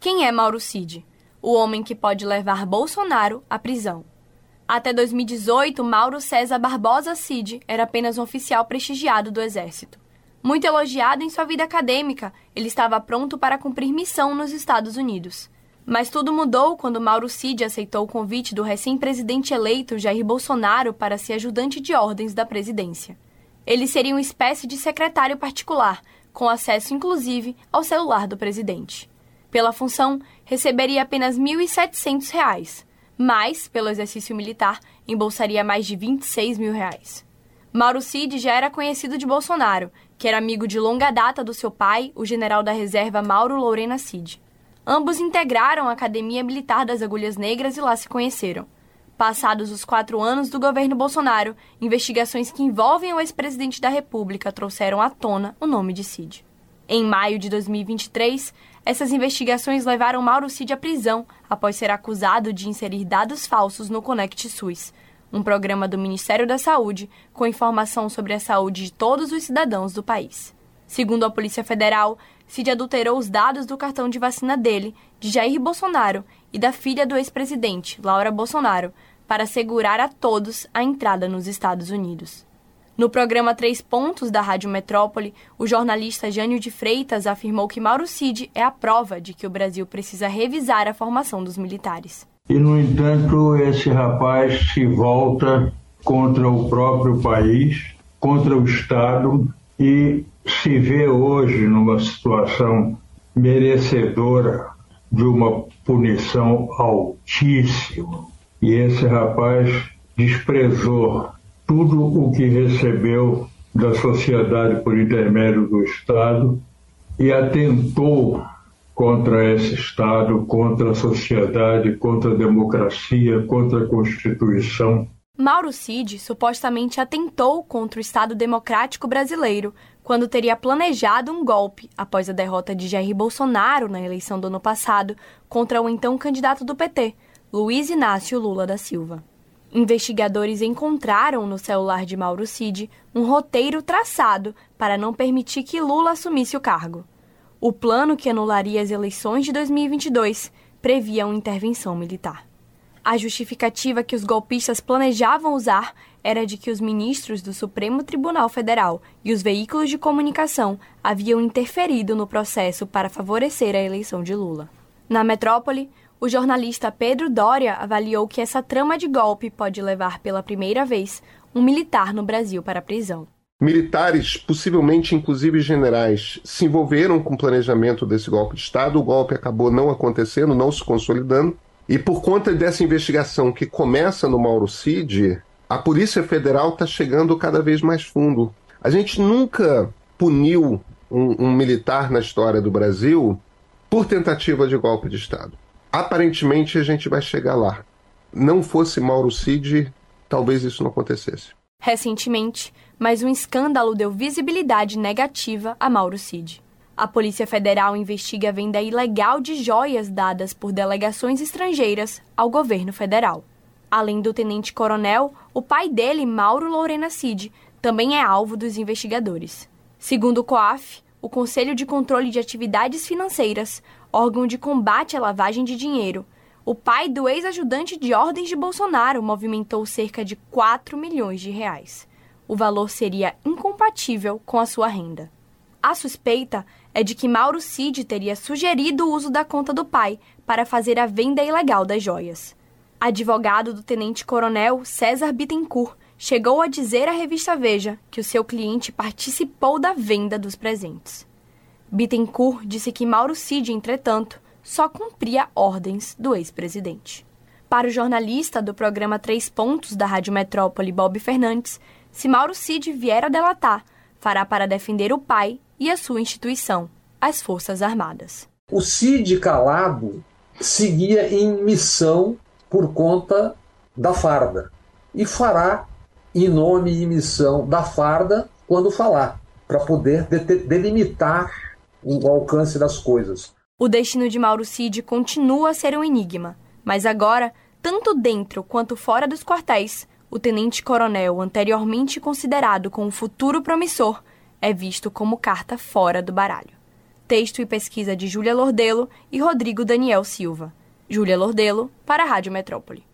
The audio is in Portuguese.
Quem é Mauro Cid? O homem que pode levar Bolsonaro à prisão. Até 2018, Mauro César Barbosa Cid era apenas um oficial prestigiado do Exército. Muito elogiado em sua vida acadêmica, ele estava pronto para cumprir missão nos Estados Unidos. Mas tudo mudou quando Mauro Cid aceitou o convite do recém-presidente eleito Jair Bolsonaro para ser ajudante de ordens da presidência. Ele seria uma espécie de secretário particular, com acesso inclusive ao celular do presidente. Pela função, receberia apenas R$ 1.700, mas, pelo exercício militar, embolsaria mais de R$ 26 mil. Mauro Cid já era conhecido de Bolsonaro, que era amigo de longa data do seu pai, o general da reserva Mauro Lorena Cid. Ambos integraram a Academia Militar das Agulhas Negras e lá se conheceram. Passados os 4 anos do governo Bolsonaro, investigações que envolvem o ex-presidente da República trouxeram à tona o nome de Cid. Em maio de 2023, essas investigações levaram Mauro Cid à prisão após ser acusado de inserir dados falsos no Conect SUS, um programa do Ministério da Saúde com informação sobre a saúde de todos os cidadãos do país. Segundo a Polícia Federal, Cid adulterou os dados do cartão de vacina dele, de Jair Bolsonaro e da filha do ex-presidente, Laura Bolsonaro, para assegurar a todos a entrada nos Estados Unidos. No programa 3 Pontos da Rádio Metrópole, o jornalista Jânio de Freitas afirmou que Mauro Cid é a prova de que o Brasil precisa revisar a formação dos militares. E, no entanto, esse rapaz se volta contra o próprio país, contra o Estado e se vê hoje numa situação merecedora de uma punição altíssima. E esse rapaz desprezou tudo o que recebeu da sociedade por intermédio do Estado e atentou contra esse Estado, contra a sociedade, contra a democracia, contra a Constituição. Mauro Cid supostamente atentou contra o Estado Democrático Brasileiro quando teria planejado um golpe após a derrota de Jair Bolsonaro na eleição do ano passado contra o então candidato do PT, Luiz Inácio Lula da Silva. Investigadores encontraram no celular de Mauro Cid um roteiro traçado para não permitir que Lula assumisse o cargo. O plano que anularia as eleições de 2022 previa uma intervenção militar. A justificativa que os golpistas planejavam usar era de que os ministros do Supremo Tribunal Federal e os veículos de comunicação haviam interferido no processo para favorecer a eleição de Lula. Na metrópole, o jornalista Pedro Doria avaliou que essa trama de golpe pode levar pela primeira vez um militar no Brasil para a prisão. Militares, possivelmente inclusive generais, se envolveram com o planejamento desse golpe de Estado. O golpe acabou não acontecendo, não se consolidando. E por conta dessa investigação que começa no Mauro Cid, a Polícia Federal está chegando cada vez mais fundo. A gente nunca puniu um militar na história do Brasil por tentativa de golpe de Estado. Aparentemente a gente vai chegar lá. Não fosse Mauro Cid, talvez isso não acontecesse. Recentemente, mais um escândalo deu visibilidade negativa a Mauro Cid. A Polícia Federal investiga a venda ilegal de joias dadas por delegações estrangeiras ao governo federal. Além do tenente-coronel, o pai dele, Mauro Lorena Cid, também é alvo dos investigadores. Segundo o COAF, o Conselho de Controle de Atividades Financeiras, órgão de combate à lavagem de dinheiro, o pai do ex-ajudante de ordens de Bolsonaro movimentou cerca de 4 milhões de reais. O valor seria incompatível com a sua renda. A suspeita é de que Mauro Cid teria sugerido o uso da conta do pai para fazer a venda ilegal das joias. Advogado do tenente-coronel César Bittencourt chegou a dizer à revista Veja que o seu cliente participou da venda dos presentes. Bittencourt disse que Mauro Cid, entretanto, só cumpria ordens do ex-presidente. Para o jornalista do programa 3 Pontos da Rádio Metrópole, Bob Fernandes, se Mauro Cid vier a delatar, fará para defender o pai e a sua instituição, as Forças Armadas. O Cid calado seguia em missão por conta da farda e fará em nome e missão da farda quando falar, para poder delimitar o alcance das coisas. O destino de Mauro Cid continua a ser um enigma, mas agora, tanto dentro quanto fora dos quartéis, o tenente-coronel, anteriormente considerado como um futuro promissor, é visto como carta fora do baralho. Texto e pesquisa de Júlia Lordelo e Rodrigo Daniel Silva. Júlia Lordelo, para a Rádio Metrópole.